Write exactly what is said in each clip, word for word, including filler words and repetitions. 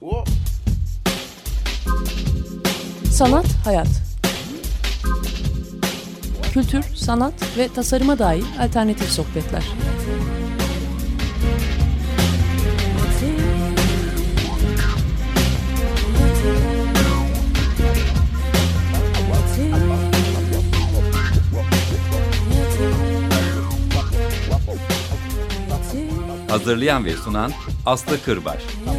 Sanat, hayat. Kültür, sanat ve tasarıma dair alternatif sohbetler. Hazırlayan ve sunan Aslı Kırbaş.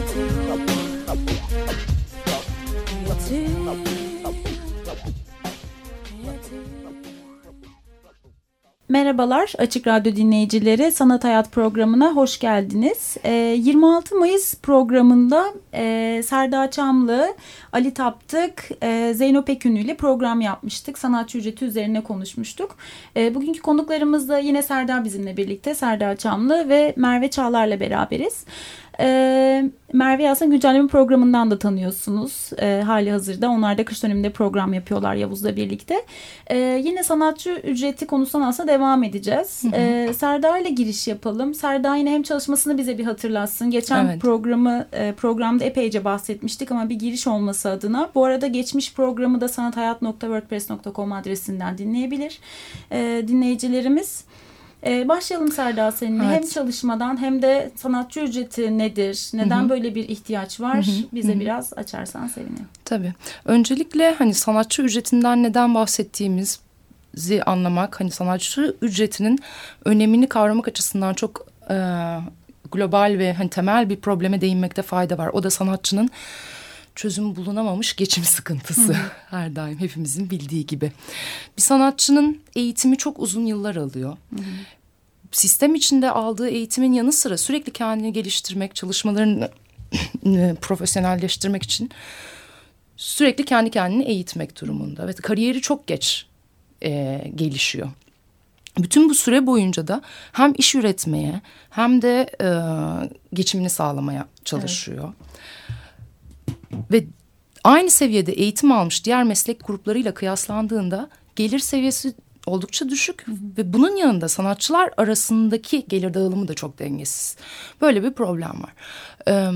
Merhabalar Açık Radyo dinleyicileri, Sanat Hayat programına hoş geldiniz. E, yirmi altı Mayıs programında e, Serdar Çamlı, Ali Taptık, e, Zeyno Pekünlü ile program yapmıştık. Sanatçı ücreti üzerine konuşmuştuk. E, bugünkü konuklarımız da yine Serdar bizimle birlikte, Serdar Çamlı ve Merve Çağlar'la beraberiz. Ee, Merve aslında güncelleme programından da tanıyorsunuz ee, hali hazırda. Onlar da kış döneminde program yapıyorlar Yavuz'la birlikte. Ee, yine sanatçı ücreti konusundan aslında devam edeceğiz. Hı hı. Ee, Serdar'la giriş yapalım. Serdar yine hem çalışmasını bize bir hatırlatsın. Geçen evet. programı e, programda epeyce bahsetmiştik ama bir giriş olması adına. Bu arada geçmiş programı da sanathayat nokta wordpress nokta com adresinden dinleyebilir ee, dinleyicilerimiz. Ee, başlayalım Serdar seninle. Evet. Hem çalışmadan hem de sanatçı ücreti nedir? Neden Hı-hı. böyle bir ihtiyaç var? Hı-hı. Bize Hı-hı. biraz açarsan sevinirim. Tabii. Öncelikle hani sanatçı ücretinden neden bahsettiğimizi anlamak, hani sanatçı ücretinin önemini kavramak açısından çok e, global ve hani temel bir probleme değinmekte fayda var. O da sanatçının çözüm bulunamamış geçim sıkıntısı. Hı-hı. Her daim hepimizin bildiği gibi. Bir sanatçının eğitimi çok uzun yıllar alıyor. Hı-hı. Sistem içinde aldığı eğitimin yanı sıra sürekli kendini geliştirmek, çalışmalarını profesyonelleştirmek için sürekli kendi kendini eğitmek durumunda. Ve kariyeri çok geç e, gelişiyor. Bütün bu süre boyunca da hem iş üretmeye hem de e, geçimini sağlamaya çalışıyor. Evet. Ve aynı seviyede eğitim almış diğer meslek gruplarıyla kıyaslandığında gelir seviyesi oldukça düşük. Hı hı. Ve bunun yanında sanatçılar arasındaki gelir dağılımı da çok dengesiz. Böyle bir problem var. Ee,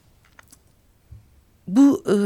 bu e,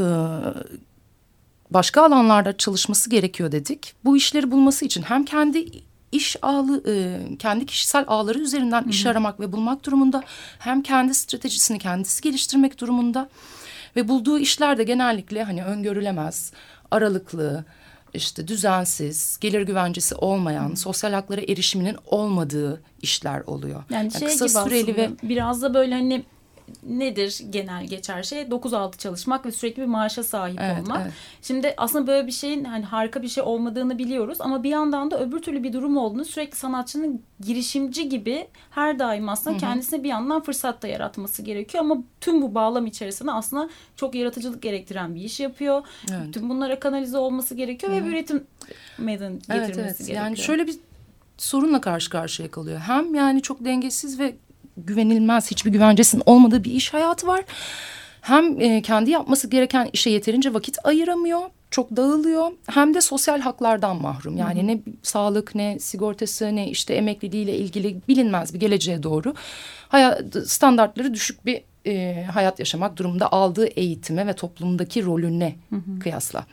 başka alanlarda çalışması gerekiyor dedik. Bu işleri bulması için hem kendi iş ağlı, e, kendi kişisel ağları üzerinden hı hı. iş aramak ve bulmak durumunda, hem kendi stratejisini kendisi geliştirmek durumunda. Ve bulduğu işler de genellikle hani öngörülemez, aralıklı, işte düzensiz, gelir güvencesi olmayan, hmm. sosyal haklara erişiminin olmadığı işler oluyor. Yani, yani şey kısa gibi süreli ve biraz da böyle hani nedir genel geçer şey? dokuz altı çalışmak ve sürekli bir maaşa sahip evet, olmak. Evet. Şimdi aslında böyle bir şeyin hani harika bir şey olmadığını biliyoruz ama bir yandan da öbür türlü bir durum olduğunu, sürekli sanatçının girişimci gibi her daim aslında Hı-hı. kendisine bir yandan fırsat da yaratması gerekiyor ama tüm bu bağlam içerisinde aslında çok yaratıcılık gerektiren bir iş yapıyor. Evet. Tüm bunlara kanalize olması gerekiyor Hı-hı. ve bir üretim meydan getirmesi evet, evet. gerekiyor. Yani şöyle bir sorunla karşı karşıya kalıyor. Hem yani çok dengesiz ve güvenilmez, hiçbir güvencesinin olmadığı bir iş hayatı var. Hem e, kendi yapması gereken işe yeterince vakit ayıramıyor, çok dağılıyor. Hem de sosyal haklardan mahrum. Yani Hı-hı. ne sağlık, ne sigortası, ne işte emekliliğiyle ilgili bilinmez bir geleceğe doğru hayat, standartları düşük bir e, hayat yaşamak durumunda, aldığı eğitime ve toplumdaki rolüne Hı-hı. kıyasla.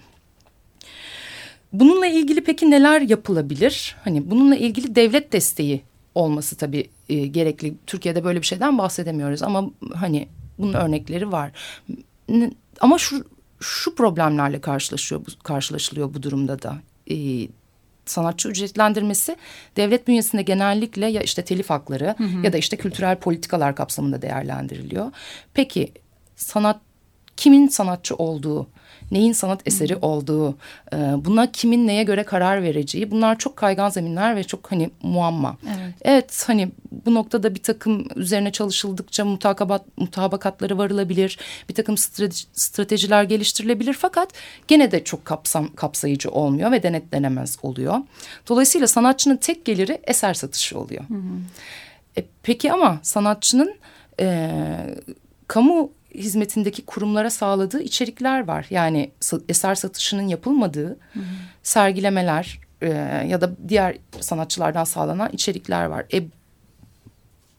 Bununla ilgili peki neler yapılabilir? Hani bununla ilgili devlet desteği olması tabii e, gerekli. Türkiye'de böyle bir şeyden bahsedemiyoruz ama hani bunun örnekleri var. N- ama şu şu problemlerle karşılaşıyor karşılaşılıyor bu durumda da. E, sanatçı ücretlendirmesi devlet bünyesinde genellikle ya işte telif hakları hı hı. ya da işte kültürel politikalar kapsamında değerlendiriliyor. Peki sanat kimin sanatçı olduğu, neyin sanat eseri hmm. olduğu, e, buna kimin neye göre karar vereceği, bunlar çok kaygan zeminler ve çok hani muamma. Evet, evet hani bu noktada bir takım üzerine çalışıldıkça mutakabat, mutabakatları varılabilir, bir takım strate- stratejiler geliştirilebilir fakat gene de çok kapsam, kapsayıcı olmuyor ve denetlenemez oluyor. Dolayısıyla sanatçının tek geliri eser satışı oluyor. Hmm. E, peki ama sanatçının e, kamu hizmetindeki kurumlara sağladığı içerikler var. Yani eser satışının yapılmadığı hı hı. sergilemeler e, ya da diğer sanatçılardan sağlanan içerikler var. E,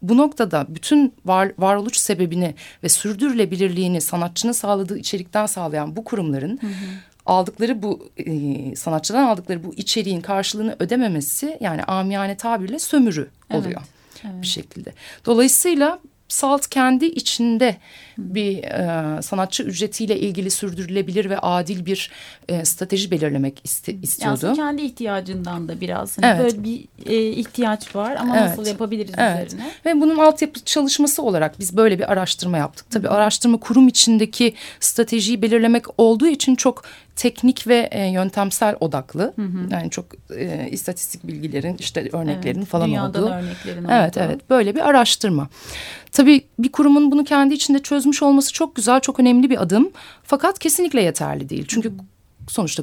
bu noktada bütün var, varoluş sebebini ve sürdürülebilirliğini sanatçının sağladığı içerikten sağlayan bu kurumların hı hı. aldıkları bu e, sanatçıdan aldıkları bu içeriğin karşılığını ödememesi, yani amiyane tabirle sömürü oluyor evet, evet. bir şekilde. Dolayısıyla SALT kendi içinde bir e, sanatçı ücretiyle ilgili sürdürülebilir ve adil bir e, strateji belirlemek iste, istiyordu. Aslında kendi ihtiyacından da biraz. Hani evet. Böyle bir e, ihtiyaç var ama evet. nasıl yapabiliriz evet. üzerine. Ve bunun altyapı çalışması olarak biz böyle bir araştırma yaptık. Tabii Hı-hı. araştırma kurum içindeki stratejiyi belirlemek olduğu için çok teknik ve e, yöntemsel odaklı. Hı hı. Yani çok e, istatistik bilgilerin, işte örneklerin evet, falan dünyadan olduğu. örneklerin evet, olduğu. Evet, böyle bir araştırma. Tabii bir kurumun bunu kendi içinde çözmüş olması çok güzel, çok önemli bir adım. Fakat kesinlikle yeterli değil. Çünkü hı hı. sonuçta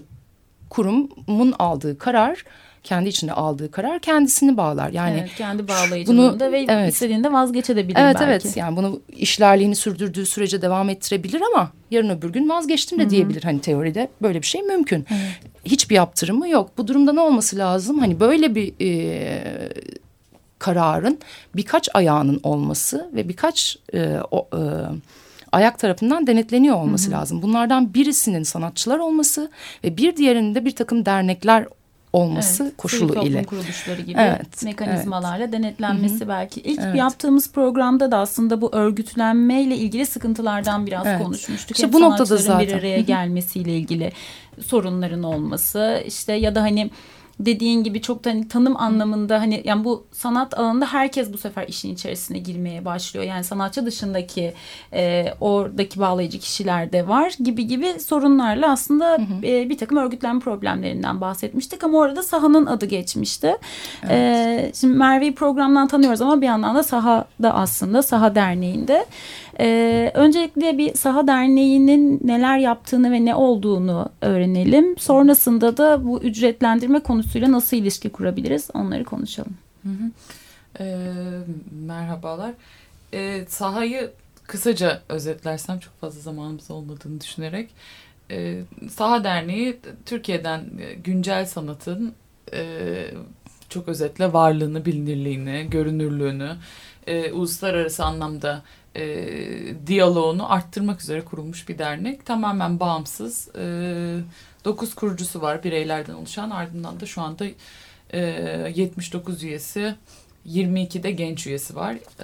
kurumun aldığı karar, kendi içinde aldığı karar kendisini bağlar. Yani evet, kendi bağlayıcılığında bunu, ve evet. istediğinde vazgeçebilir evet, belki. Evet, yani bunu işlerliğini sürdürdüğü sürece devam ettirebilir ama yarın öbür gün vazgeçtim de Hı-hı. diyebilir. Hani teoride böyle bir şey mümkün. Evet. Hiçbir yaptırımı yok. Bu durumda ne olması lazım? Hani böyle bir e, kararın birkaç ayağının olması ve birkaç e, o, e, ayak tarafından denetleniyor olması Hı-hı. lazım. Bunlardan birisinin sanatçılar olması ve bir diğerinin de bir takım dernekler olması evet, koşulu ile. Toplum kuruluşları gibi evet, mekanizmalarla evet. denetlenmesi Hı-hı. belki. İlk evet. yaptığımız programda da aslında bu örgütlenmeyle ilgili sıkıntılardan biraz evet. konuşmuştuk. İşte bu noktada zaten. Bir araya gelmesiyle ilgili sorunların olması, işte ya da hani dediğin gibi çok da hani tanım anlamında hani yani bu sanat alanında herkes bu sefer işin içerisine girmeye başlıyor. Yani sanatçı dışındaki e, oradaki bağlayıcı kişiler de var gibi gibi sorunlarla aslında hı hı. E, bir takım örgütlenme problemlerinden bahsetmiştik ama orada SAHA'nın adı geçmişti. Evet. E, şimdi Merve'yi programdan tanıyoruz ama bir yandan da SAHA'da aslında SAHA Derneği'nde. Ee, öncelikle bir SAHA Derneği'nin neler yaptığını ve ne olduğunu öğrenelim. Sonrasında da bu ücretlendirme konusuyla nasıl ilişki kurabiliriz onları konuşalım. Hı hı. Ee, merhabalar. Ee, SAHA'yı kısaca özetlersem çok fazla zamanımız olmadığını düşünerek. Ee, SAHA Derneği Türkiye'den güncel sanatın e, çok özetle varlığını, bilinirliğini, görünürlüğünü, e, uluslararası anlamda E, diyaloğunu arttırmak üzere kurulmuş bir dernek. Tamamen bağımsız. E, dokuz kurucusu var bireylerden oluşan. Ardından da şu anda e, yetmiş dokuz üyesi, yirmi iki de genç üyesi var. E,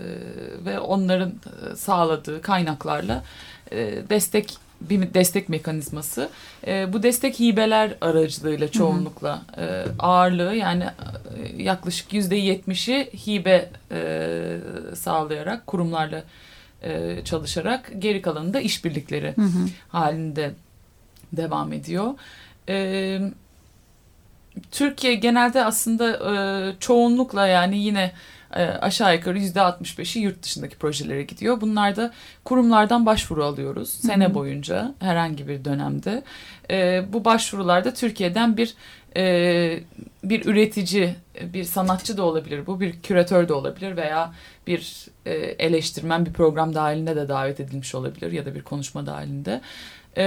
ve onların sağladığı kaynaklarla e, destek bir destek mekanizması. E, bu destek hibeler aracılığıyla çoğunlukla e, ağırlığı yani e, yaklaşık yüzde yetmişi hibe e, sağlayarak kurumlarla e, çalışarak geri kalanı da işbirlikleri hı hı. halinde devam ediyor. E, Türkiye genelde aslında e, çoğunlukla yani yine e, aşağı yukarı yüzde altmış beşi yurt dışındaki projelere gidiyor. Bunlarda kurumlardan başvuru alıyoruz Hı-hı. sene boyunca herhangi bir dönemde. E, bu başvurularda Türkiye'den bir e, bir üretici, bir sanatçı da olabilir bu, bir küratör de olabilir veya bir e, eleştirmen bir program dahilinde de davet edilmiş olabilir ya da bir konuşma dahilinde. E,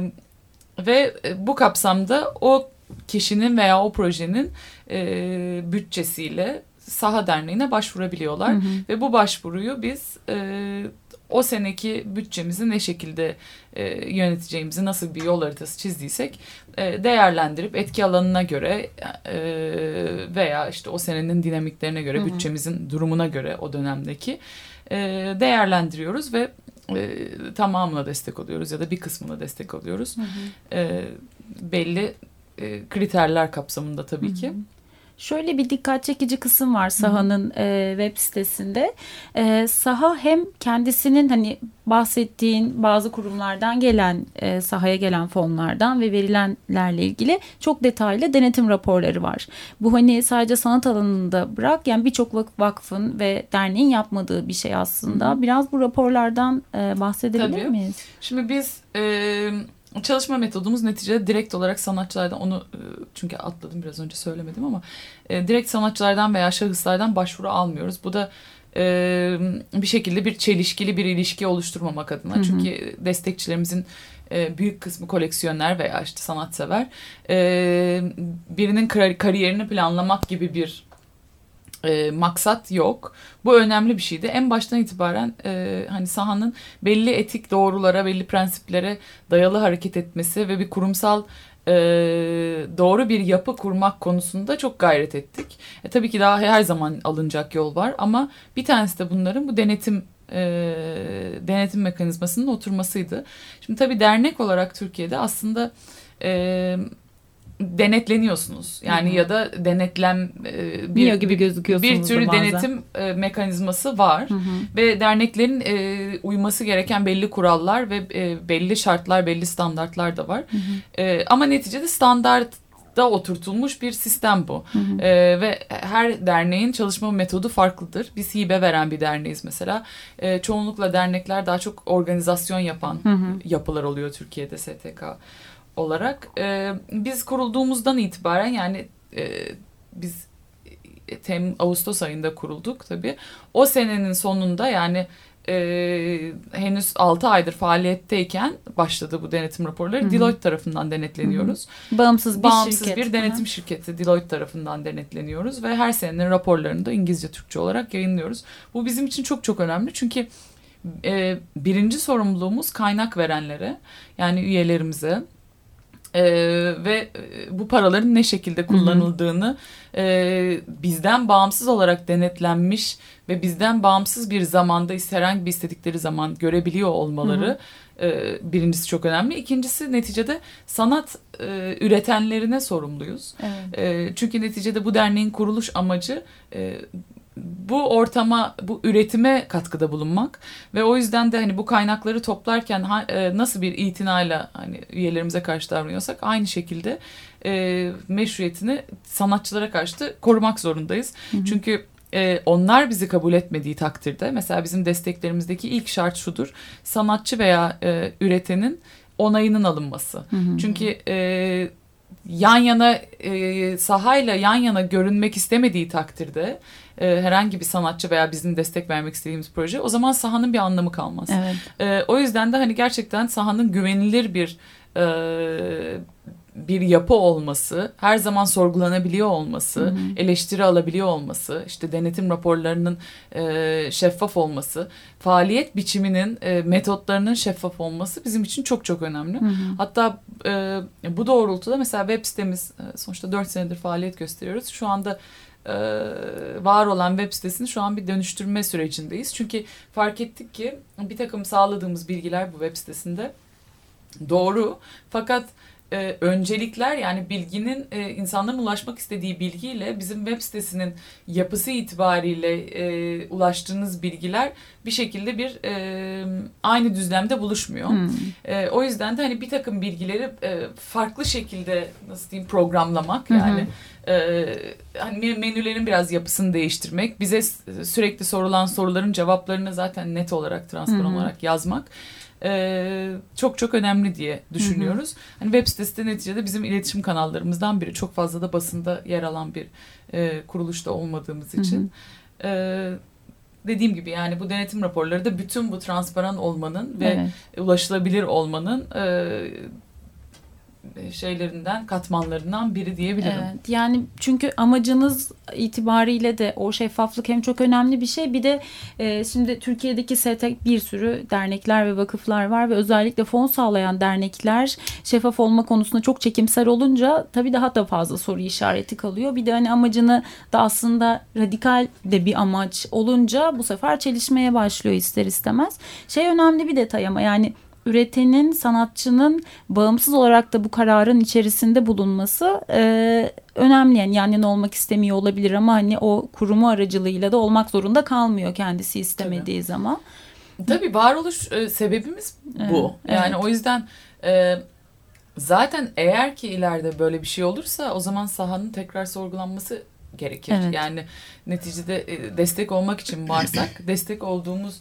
ve bu kapsamda o kişinin veya o projenin e, bütçesiyle SAHA Derneği'ne başvurabiliyorlar. Hı hı. Ve bu başvuruyu biz e, o seneki bütçemizi ne şekilde e, yöneteceğimizi, nasıl bir yol haritası çizdiysek e, değerlendirip etki alanına göre e, veya işte o senenin dinamiklerine göre, hı hı. bütçemizin durumuna göre o dönemdeki e, değerlendiriyoruz ve e, tamamına destek oluyoruz ya da bir kısmına destek oluyoruz. Hı hı. E, belli e, kriterler kapsamında tabii hı hı. ki. Şöyle bir dikkat çekici kısım var SAHA'nın e, web sitesinde. E, SAHA hem kendisinin hani bahsettiğin bazı kurumlardan gelen e, SAHA'ya gelen fonlardan ve verilenlerle ilgili çok detaylı denetim raporları var. Bu hani sadece sanat alanında bırak yani birçok vakfın ve derneğin yapmadığı bir şey aslında. Hı hı. Biraz bu raporlardan e, bahsedebilir Tabii. miyiz? Şimdi biz... E... Çalışma metodumuz neticede direkt olarak sanatçılardan, onu çünkü atladım biraz önce söylemedim ama e, direkt sanatçılardan veya şahıslardan başvuru almıyoruz. Bu da e, bir şekilde bir çelişkili bir ilişki oluşturmamak adına. Hı hı. Çünkü destekçilerimizin e, büyük kısmı koleksiyoner veya işte sanatsever. E, birinin kar- kariyerini planlamak gibi bir E, maksat yok. Bu önemli bir şeydi. En baştan itibaren e, hani sahanın belli etik doğrulara, belli prensiplere dayalı hareket etmesi ve bir kurumsal e, doğru bir yapı kurmak konusunda çok gayret ettik. E, tabii ki daha her zaman alınacak yol var ama bir tanesi de bunların bu denetim e, denetim mekanizmasının oturmasıydı. Şimdi tabii dernek olarak Türkiye'de aslında e, denetleniyorsunuz. Yani Hı-hı. ya da denetlem e, bir gibi gözüküyorsunuz bir tür bazen. denetim e, mekanizması var. Hı-hı. Ve derneklerin e, uyması gereken belli kurallar ve e, belli şartlar, belli standartlar da var. E, ama neticede standartta oturtulmuş bir sistem bu. E, ve her derneğin çalışma metodu farklıdır. Biz hibe veren bir derneğiz mesela. E, çoğunlukla dernekler daha çok organizasyon yapan Hı-hı. yapılar oluyor Türkiye'de S T K olarak. E, biz kurulduğumuzdan itibaren yani e, biz Tem Ağustos ayında kurulduk tabii. O senenin sonunda yani e, henüz altı aydır faaliyetteyken başladı bu denetim raporları. Hı-hı. Deloitte tarafından denetleniyoruz. Hı-hı. Bağımsız bir Bağımsız şirket. bir denetim Hı-hı. şirketi Deloitte tarafından denetleniyoruz ve her senenin raporlarını da İngilizce, Türkçe olarak yayınlıyoruz. Bu bizim için çok çok önemli çünkü e, birinci sorumluluğumuz kaynak verenlere yani üyelerimize Ee, ve bu paraların ne şekilde kullanıldığını e, bizden bağımsız olarak denetlenmiş ve bizden bağımsız bir zamanda herhangi bir istedikleri zaman görebiliyor olmaları e, birincisi çok önemli. İkincisi neticede sanat e, üretenlerine sorumluyuz. Evet. E, çünkü neticede bu derneğin kuruluş amacı e, bu ortama, bu üretime katkıda bulunmak ve o yüzden de hani bu kaynakları toplarken ha, e, nasıl bir itinayla hani üyelerimize karşı davranıyorsak aynı şekilde e, meşruiyetini sanatçılara karşı da korumak zorundayız. Hı hı. Çünkü e, onlar bizi kabul etmediği takdirde mesela bizim desteklerimizdeki ilk şart şudur: sanatçı veya e, üretenin onayının alınması. Hı hı. Çünkü e, yan yana e, sahayla yan yana görünmek istemediği takdirde e, herhangi bir sanatçı veya bizim destek vermek istediğimiz proje o zaman sahanın bir anlamı kalmaz. Evet. E, o yüzden de hani gerçekten sahanın güvenilir bir e, bir yapı olması, her zaman sorgulanabiliyor olması, hı hı. eleştiri alabiliyor olması, işte denetim raporlarının e, şeffaf olması, faaliyet biçiminin, e, metotlarının şeffaf olması bizim için çok çok önemli. Hı hı. Hatta e, bu doğrultuda mesela web sitemiz e, sonuçta dört senedir faaliyet gösteriyoruz. Şu anda e, var olan web sitesini şu an bir dönüştürme sürecindeyiz. Çünkü fark ettik ki bir takım sağladığımız bilgiler bu web sitesinde doğru, fakat Ee, öncelikler yani bilginin e, insanların ulaşmak istediği bilgiyle bizim web sitesinin yapısı itibariyle e, ulaştığınız bilgiler bir şekilde bir e, aynı düzlemde buluşmuyor. Hmm. E, o yüzden de hani bir takım bilgileri e, farklı şekilde nasıl diyeyim programlamak hmm. yani e, hani menülerin biraz yapısını değiştirmek, bize sürekli sorulan soruların cevaplarını zaten net olarak transparan hmm. olarak yazmak Ee, çok çok önemli diye düşünüyoruz. Hı hı. Hani web sitesi de neticede bizim iletişim kanallarımızdan biri. Çok fazla da basında yer alan bir e, kuruluşta olmadığımız için. Hı hı. Ee, dediğim gibi yani bu denetim raporları da bütün bu transparan olmanın ve evet. ulaşılabilir olmanın e, şeylerinden, katmanlarından biri diyebilirim. Evet, yani çünkü amacınız itibariyle de o şeffaflık hem çok önemli bir şey. Bir de e, şimdi Türkiye'deki S T K bir sürü dernekler ve vakıflar var ve özellikle fon sağlayan dernekler şeffaf olma konusunda çok çekimser olunca tabii daha da fazla soru işareti kalıyor. Bir de hani amacını da aslında radikal de bir amaç olunca bu sefer çelişmeye başlıyor ister istemez. Şey önemli bir detay ama yani üretenin, sanatçının bağımsız olarak da bu kararın içerisinde bulunması e, önemli. Yani yan yana olmak istemiyor olabilir ama hani o kurumu aracılığıyla da olmak zorunda kalmıyor kendisi istemediği Tabii. zaman. Tabii varoluş e, sebebimiz bu. Evet, yani evet. O yüzden e, zaten eğer ki ileride böyle bir şey olursa o zaman sahanın tekrar sorgulanması gerekir. Evet. Yani neticede e, destek olmak için varsak destek olduğumuz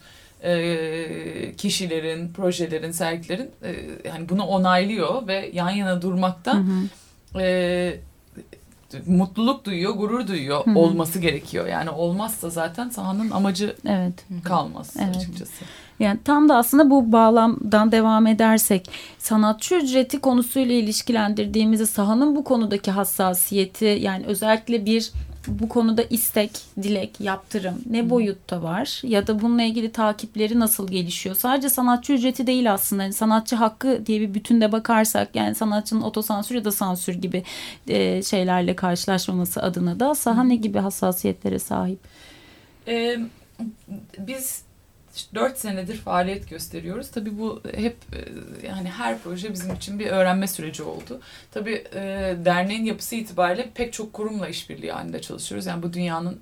E, kişilerin, projelerin, sergilerin e, yani bunu onaylıyor ve yan yana durmaktan hı hı. E, mutluluk duyuyor, gurur duyuyor hı hı. olması gerekiyor. Yani olmazsa zaten sahanın amacı evet. kalmaz evet. açıkçası. Yani tam da aslında bu bağlamdan devam edersek sanatçı ücreti konusuyla ilişkilendirdiğimizde sahanın bu konudaki hassasiyeti yani özellikle bir bu konuda istek, dilek, yaptırım ne boyutta var ya da bununla ilgili takipleri nasıl gelişiyor? Sadece sanatçı ücreti değil aslında. Yani sanatçı hakkı diye bir bütünde bakarsak, yani sanatçının otosansür ya da sansür gibi e, şeylerle karşılaşmaması adına da Saha ne gibi hassasiyetlere sahip? Ee, biz dört senedir faaliyet gösteriyoruz. Tabii bu hep yani her proje bizim için bir öğrenme süreci oldu. Tabii e, derneğin yapısı itibariyle pek çok kurumla işbirliği halinde çalışıyoruz. Yani bu dünyanın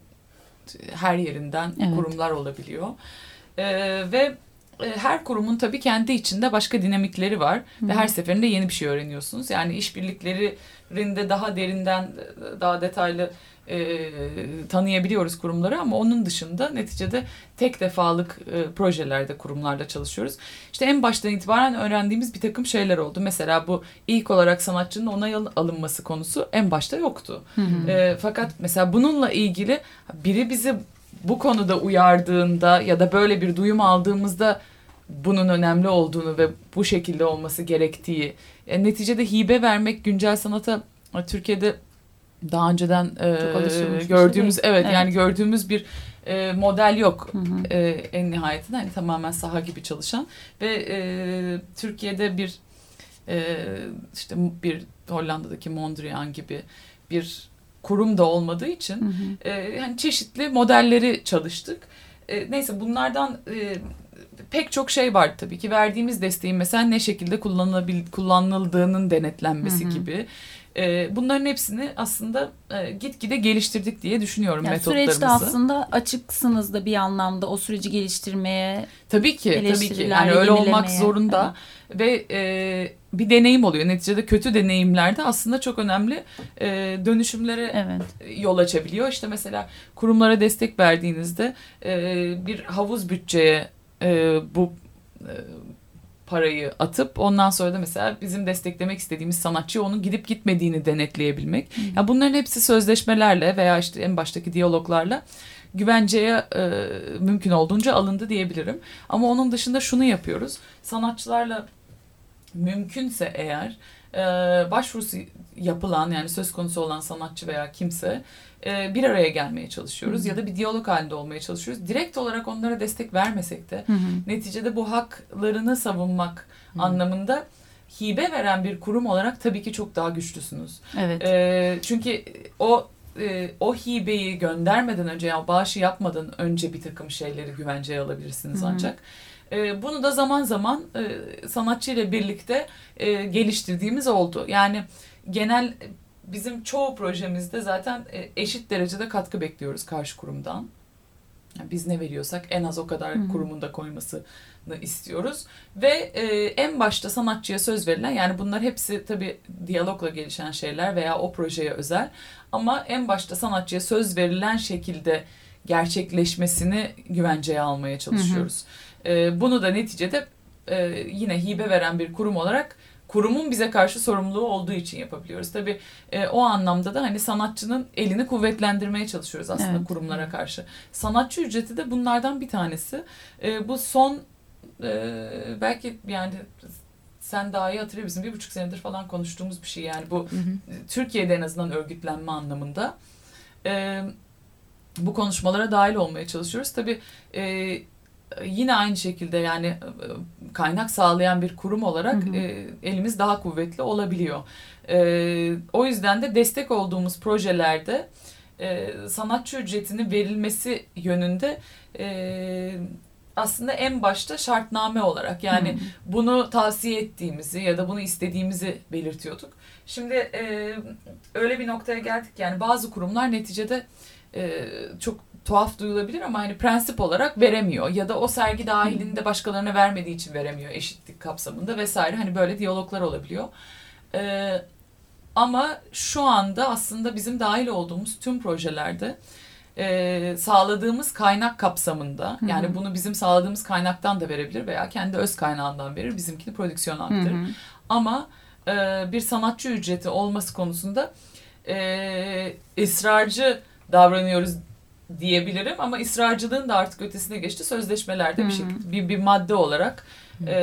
her yerinden evet. kurumlar olabiliyor. E, ve e, her kurumun tabii kendi içinde başka dinamikleri var. Hı. Ve her seferinde yeni bir şey öğreniyorsunuz. Yani işbirliklerinde daha derinden, daha detaylı E, tanıyabiliyoruz kurumları ama onun dışında neticede tek defalık e, projelerde kurumlarla çalışıyoruz. İşte en baştan itibaren öğrendiğimiz bir takım şeyler oldu. Mesela bu ilk olarak sanatçının onay alınması konusu en başta yoktu. Hı hı. E, fakat mesela bununla ilgili biri bizi bu konuda uyardığında ya da böyle bir duyum aldığımızda bunun önemli olduğunu ve bu şekilde olması gerektiği, e, neticede hibe vermek güncel sanata Türkiye'de daha önceden e, gördüğümüz şey evet, evet yani gördüğümüz bir e, model yok. Hı hı. E, en nihayetinde hani tamamen saha gibi çalışan ve e, Türkiye'de bir e, işte bir Hollanda'daki Mondrian gibi bir kurum da olmadığı için hı hı. E, yani çeşitli modelleri çalıştık. E, neyse bunlardan e, pek çok şey var tabii ki. Verdiğimiz desteğin mesela ne şekilde kullanılabil- kullanıldığının denetlenmesi hı hı. gibi. Bunların hepsini aslında gitgide geliştirdik diye düşünüyorum yani metotlarımızı. Süreçte aslında açıksınız da bir anlamda o süreci geliştirmeye. Tabii ki, tabii ki. Yani öyle olmak zorunda evet. ve e, bir deneyim oluyor. Neticede kötü deneyimlerde aslında çok önemli e, dönüşümlere evet. yol açabiliyor. İşte mesela kurumlara destek verdiğinizde e, bir havuz bütçeye e, bu e, parayı atıp ondan sonra da mesela bizim desteklemek istediğimiz sanatçı onun gidip gitmediğini denetleyebilmek. Hmm. Yani bunların hepsi sözleşmelerle veya işte en baştaki diyaloglarla güvenceye e, mümkün olduğunca alındı diyebilirim. Ama onun dışında şunu yapıyoruz. Sanatçılarla mümkünse eğer e, başvurusu yapılan yani söz konusu olan sanatçı veya kimse e, bir araya gelmeye çalışıyoruz. Hı hı. Ya da bir diyalog halinde olmaya çalışıyoruz. Direkt olarak onlara destek vermesek de hı hı. neticede bu haklarını savunmak hı. anlamında hibe veren bir kurum olarak tabii ki çok daha güçlüsünüz. Evet. E, çünkü o e, o hibeyi göndermeden önce yani bağışı yapmadan önce bir takım şeyleri güvenceye alabilirsiniz hı hı. ancak. E, bunu da zaman zaman e, sanatçıyla birlikte e, geliştirdiğimiz oldu. Yani genel bizim çoğu projemizde zaten e, eşit derecede katkı bekliyoruz karşı kurumdan. Yani biz ne veriyorsak en az o kadar Hı-hı. kurumun da koymasını istiyoruz. Ve e, en başta sanatçıya söz verilen yani bunlar hepsi tabii diyalogla gelişen şeyler veya o projeye özel. Ama en başta sanatçıya söz verilen şekilde gerçekleşmesini güvenceye almaya çalışıyoruz. E, bunu da neticede e, yine hibe veren bir kurum olarak kurumun bize karşı sorumluluğu olduğu için yapabiliyoruz. Tabii e, o anlamda da hani sanatçının elini kuvvetlendirmeye çalışıyoruz aslında evet. kurumlara karşı. Sanatçı ücreti de bunlardan bir tanesi. E, bu son e, belki yani sen daha iyi hatırlıyorsun bir buçuk senedir falan konuştuğumuz bir şey yani bu hı hı. Türkiye'de en azından örgütlenme anlamında. E, bu konuşmalara dahil olmaya çalışıyoruz. Tabii e, yine aynı şekilde yani kaynak sağlayan bir kurum olarak hı hı. E, elimiz daha kuvvetli olabiliyor. E, o yüzden de destek olduğumuz projelerde e, sanatçı ücretinin verilmesi yönünde e, aslında en başta şartname olarak yani hı. bunu tavsiye ettiğimizi ya da bunu istediğimizi belirtiyorduk. Şimdi e, öyle bir noktaya geldik yani bazı kurumlar neticede e, çok tuhaf duyulabilir ama hani prensip olarak veremiyor ya da o sergi dahilinde başkalarına vermediği için veremiyor eşitlik kapsamında vesaire hani böyle diyaloglar olabiliyor. Ee, ama şu anda aslında bizim dahil olduğumuz tüm projelerde e, sağladığımız kaynak kapsamında hı hı. yani bunu bizim sağladığımız kaynaktan da verebilir veya kendi öz kaynağından verir bizimkini prodüksiyon hakkıdır. Hı hı. Ama e, bir sanatçı ücreti olması konusunda e, ısrarcı davranıyoruz diyebilirim ama ısrarcılığın da artık ötesine geçti. Sözleşmelerde Hı-hı. bir şekilde bir, bir madde olarak e,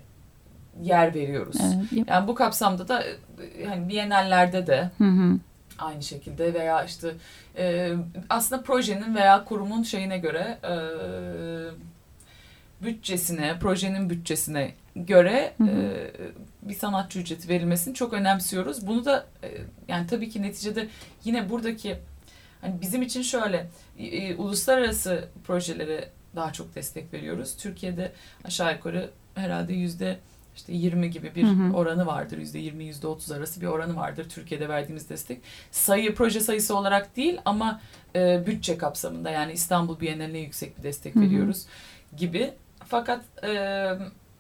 yer veriyoruz. Evet. Yani bu kapsamda da hani Biennallerde de Hı-hı. aynı şekilde veya işte e, aslında projenin veya kurumun şeyine göre e, bütçesine, projenin bütçesine göre hı hı. E, bir sanatçı ücreti verilmesini çok önemsiyoruz. Bunu da e, yani tabii ki neticede yine buradaki hani bizim için şöyle e, uluslararası projelere daha çok destek veriyoruz. Türkiye'de aşağı yukarı herhalde yüzde işte yirmi gibi bir hı hı. oranı vardır. yüzde yirmi yüzde otuz arası bir oranı vardır Türkiye'de verdiğimiz destek. Sayı proje sayısı olarak değil ama e, bütçe kapsamında yani İstanbul Bienali'ne yüksek bir destek hı hı. veriyoruz gibi. Fakat e,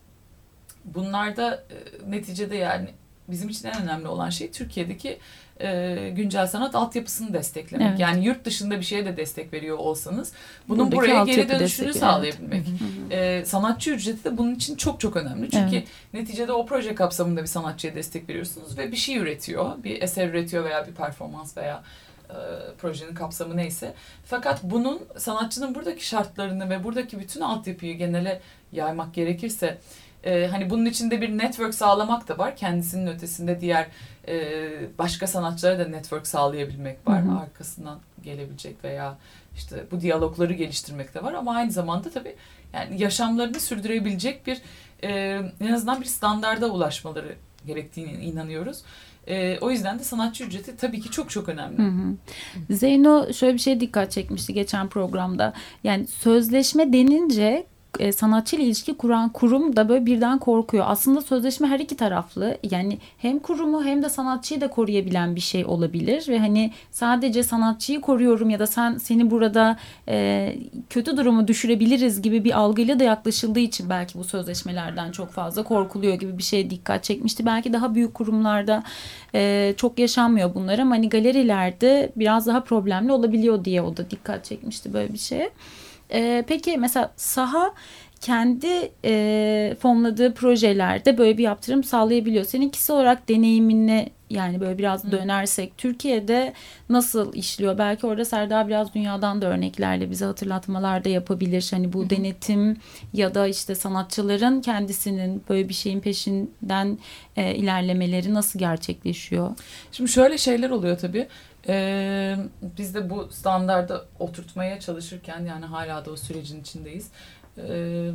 bunlarda e, neticede yani bizim için en önemli olan şey Türkiye'deki e, güncel sanat altyapısını desteklemek. Evet. Yani yurt dışında bir şeye de destek veriyor olsanız bunun buradaki buraya geri dönüşünü destek, sağlayabilmek. Evet. E, sanatçı ücreti de bunun için çok çok önemli. Çünkü evet. neticede o proje kapsamında bir sanatçıya destek veriyorsunuz ve bir şey üretiyor. Bir eser üretiyor veya bir performans veya e, projenin kapsamı neyse. Fakat bunun sanatçının buradaki şartlarını ve buradaki bütün altyapıyı genele yaymak gerekirse Ee, hani bunun içinde bir network sağlamak da var. Kendisinin ötesinde diğer e, başka sanatçılara da network sağlayabilmek var. Hı hı. Arkasından gelebilecek veya işte bu diyalogları geliştirmek de var. Ama aynı zamanda tabii yani yaşamlarını sürdürebilecek bir e, en azından bir standarda ulaşmaları gerektiğine inanıyoruz. E, o yüzden de sanatçı ücreti tabii ki çok çok önemli. Hı hı. Zeyno şöyle bir şeye dikkat çekmişti geçen programda. Yani sözleşme denince sanatçıyla ilişki kuran kurum da böyle birden korkuyor. Aslında sözleşme her iki taraflı. Yani hem kurumu hem de sanatçıyı da koruyabilen bir şey olabilir ve hani sadece sanatçıyı koruyorum ya da sen seni burada e, kötü durumu düşürebiliriz gibi bir algıyla da yaklaşıldığı için belki bu sözleşmelerden çok fazla korkuluyor gibi bir şeye dikkat çekmişti. Belki daha büyük kurumlarda e, çok yaşanmıyor bunlar ama hani galerilerde biraz daha problemli olabiliyor diye o da dikkat çekmişti böyle bir şeye. Ee, peki mesela saha kendi e, fonladığı projelerde böyle bir yaptırım sağlayabiliyor. Senin kişisel olarak deneyimine yani böyle biraz Hı. dönersek Türkiye'de nasıl işliyor? Belki orada Serdar biraz dünyadan da örneklerle bize hatırlatmalar da yapabilir. Hani bu Hı. denetim ya da işte sanatçıların kendisinin böyle bir şeyin peşinden e, ilerlemeleri nasıl gerçekleşiyor? Şimdi şöyle şeyler oluyor tabii. Ee, biz de bu standarda oturtmaya çalışırken yani hala da o sürecin içindeyiz. Ee,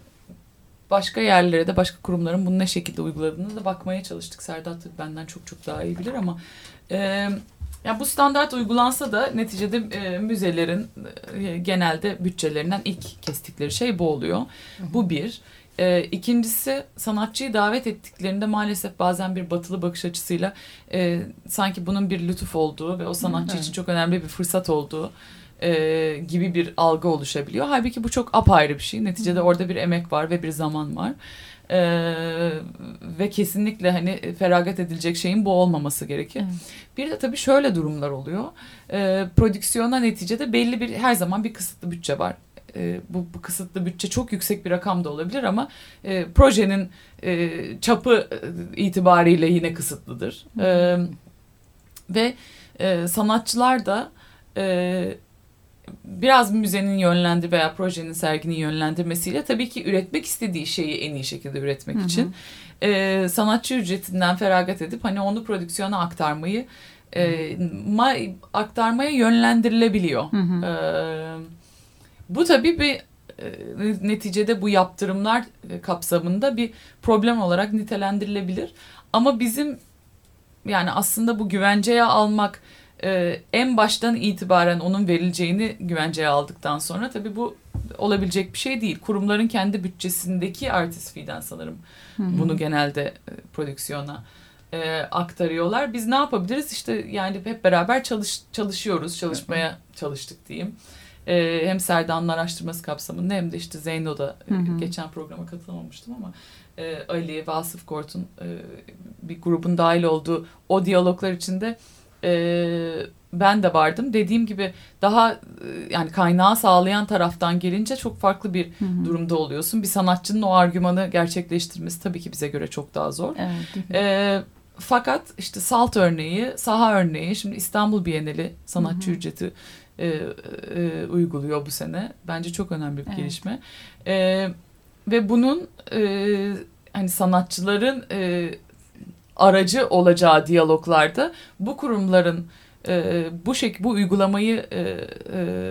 başka yerlere de başka kurumların bunu ne şekilde uyguladığını da bakmaya çalıştık. Serdar tabii benden çok çok daha iyi bilir ama e, yani bu standart uygulansa da neticede e, müzelerin e, genelde bütçelerinden ilk kestikleri şey bu oluyor. Hı hı. Bu bir. E, ikincisi sanatçıyı davet ettiklerinde maalesef bazen bir batılı bakış açısıyla e, sanki bunun bir lütuf olduğu ve o sanatçı evet. için çok önemli bir fırsat olduğu e, gibi bir algı oluşabiliyor. Halbuki bu çok apayrı bir şey. Neticede Hı. orada bir emek var ve bir zaman var. E, ve kesinlikle hani feragat edilecek şeyin bu olmaması gerekir. Evet. Bir de tabii şöyle durumlar oluyor. E, prodüksiyona neticede belli bir her zaman bir kısıtlı bütçe var. E, bu, bu kısıtlı bütçe çok yüksek bir rakam da olabilir ama e, projenin e, çapı itibariyle yine kısıtlıdır. E, ve e, sanatçılar da e, biraz müzenin yönlendir veya projenin serginin yönlendirmesiyle tabii ki üretmek istediği şeyi en iyi şekilde üretmek hı hı. için e, sanatçı ücretinden feragat edip hani onu prodüksiyona aktarmayı e, ma, aktarmaya yönlendirilebiliyor. Hı hı. E, Bu tabii bir e, neticede bu yaptırımlar e, kapsamında bir problem olarak nitelendirilebilir. Ama bizim yani aslında bu güvenceye almak e, en baştan itibaren onun verileceğini güvenceye aldıktan sonra tabii bu olabilecek bir şey değil. Kurumların kendi bütçesindeki artist fee'den sanırım Hı-hı. bunu genelde e, prodüksiyona e, aktarıyorlar. Biz ne yapabiliriz? İşte yani hep beraber çalış, çalışıyoruz, çalışmaya Hı-hı. çalıştık diyeyim. Ee, hem Serdan'ın araştırması kapsamında hem de işte Zeyno'da hı hı. geçen programa katılamamıştım ama e, Ali, Vasıf Kort'un e, bir grubun dahil olduğu o diyaloglar içinde e, ben de vardım. Dediğim gibi daha e, yani kaynağı sağlayan taraftan gelince çok farklı bir hı hı. durumda oluyorsun. Bir sanatçının o argümanı gerçekleştirmesi tabii ki bize göre çok daha zor. Evet. E, fakat işte Salt örneği, saha örneği, şimdi İstanbul Bienali sanatçı hı hı. ücreti E, e, uyguluyor bu sene. Bence çok önemli bir evet. gelişme. E, ve bunun e, hani sanatçıların e, aracı olacağı diyaloglarda bu kurumların e, bu şek bu uygulamayı e, e,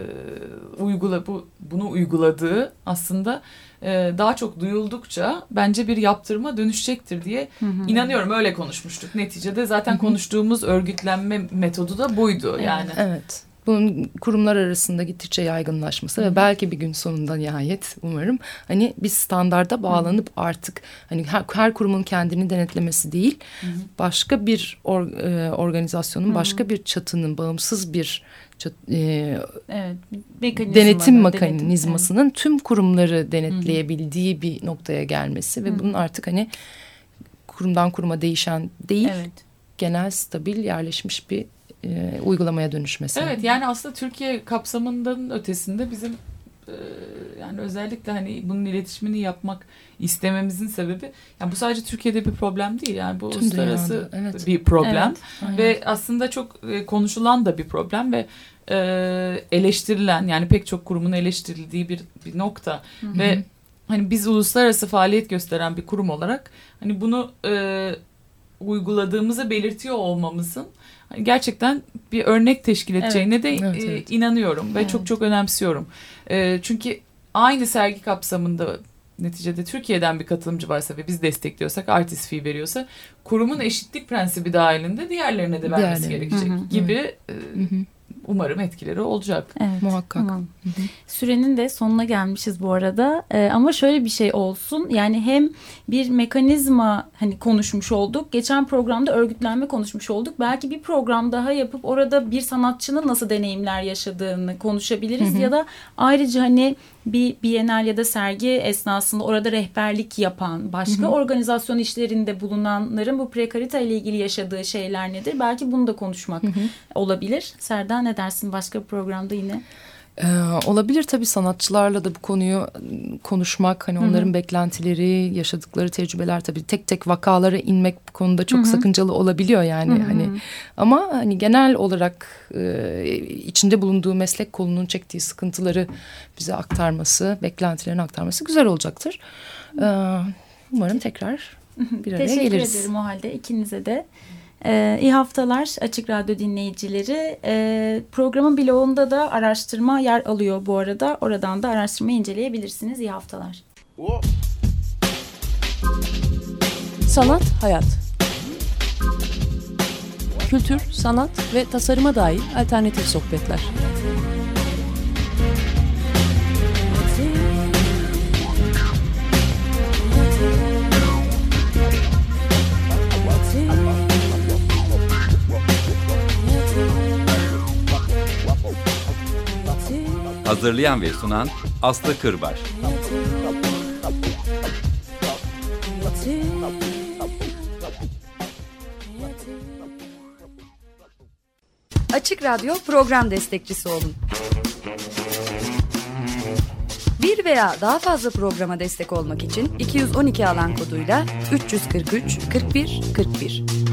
uygula bu bunu uyguladığı aslında e, daha çok duyuldukça bence bir yaptırıma dönüşecektir diye hı hı. inanıyorum. Öyle konuşmuştuk. Neticede zaten hı hı. konuştuğumuz örgütlenme metodu da buydu evet. yani. Evet. Bunun kurumlar arasında gittikçe yaygınlaşması Hı-hı. ve belki bir gün sonunda nihayet umarım hani bir standarda bağlanıp Hı-hı. artık hani her, her kurumun kendini denetlemesi değil, Hı-hı. başka bir or, e, organizasyonun, Hı-hı. başka bir çatının bağımsız bir çat, e, evet, denetim mekanizmasının denetim. tüm kurumları denetleyebildiği Hı-hı. bir noktaya gelmesi ve Hı-hı. bunun artık hani kurumdan kuruma değişen değil, evet. genel stabil yerleşmiş bir E, uygulamaya dönüşmesi. Evet, yani aslında Türkiye kapsamından ötesinde bizim e, yani özellikle hani bunun iletişimini yapmak istememizin sebebi, yani bu sadece Türkiye'de bir problem değil, yani bu Tüm uluslararası evet. bir problem evet, ve aslında çok e, konuşulan da bir problem ve e, eleştirilen, yani pek çok kurumun eleştirildiği bir, bir nokta Hı-hı. ve hani biz uluslararası faaliyet gösteren bir kurum olarak hani bunu e, uyguladığımızı belirtiyor olmamızın gerçekten bir örnek teşkil edeceğine evet, de evet, evet. inanıyorum ve evet. çok çok önemsiyorum. E, çünkü aynı sergi kapsamında neticede Türkiye'den bir katılımcı varsa ve biz destekliyorsak, artist fee veriyorsa, kurumun eşitlik prensibi dahilinde diğerlerine de vermesi Diğerleri. gerekecek hı hı, gibi hı. E, umarım etkileri olacak. Evet, muhakkak. Tamam. Hı hı. Sürenin de sonuna gelmişiz bu arada. Ee, ama şöyle bir şey olsun. Yani hem bir mekanizma hani konuşmuş olduk. Geçen programda örgütlenme konuşmuş olduk. Belki bir program daha yapıp orada bir sanatçının nasıl deneyimler yaşadığını konuşabiliriz. Hı hı. Ya da ayrıca hani bir bienal ya da sergi esnasında orada rehberlik yapan, başka hı hı. organizasyon işlerinde bulunanların bu prekarite ile ilgili yaşadığı şeyler nedir? Belki bunu da konuşmak hı hı. olabilir. Serdar, ne dersin başka bir programda yine? Ee, olabilir tabii, sanatçılarla da bu konuyu konuşmak, hani onların Hı-hı. beklentileri, yaşadıkları tecrübeler, tabii tek tek vakalara inmek bu konuda çok Hı-hı. sakıncalı olabiliyor yani. Hı-hı. Hani ama hani genel olarak e, içinde bulunduğu meslek kolunun çektiği sıkıntıları bize aktarması, beklentilerini aktarması güzel olacaktır. Ee, umarım tekrar bir araya Teşekkür geliriz. Teşekkür ederim o halde ikinize de. Ee, iyi haftalar Açık Radyo dinleyicileri. Ee, programın blogunda da araştırma yer alıyor bu arada. Oradan da araştırmayı inceleyebilirsiniz. İyi haftalar. Sanat, hayat. Kültür, sanat ve tasarıma dair alternatif sohbetler. Hazırlayan ve sunan Aslı Kırbaş. Açık Radyo program destekçisi olun. Bir veya daha fazla programa destek olmak için iki yüz on iki alan koduyla üç yüz kırk üç kırk bir kırk bir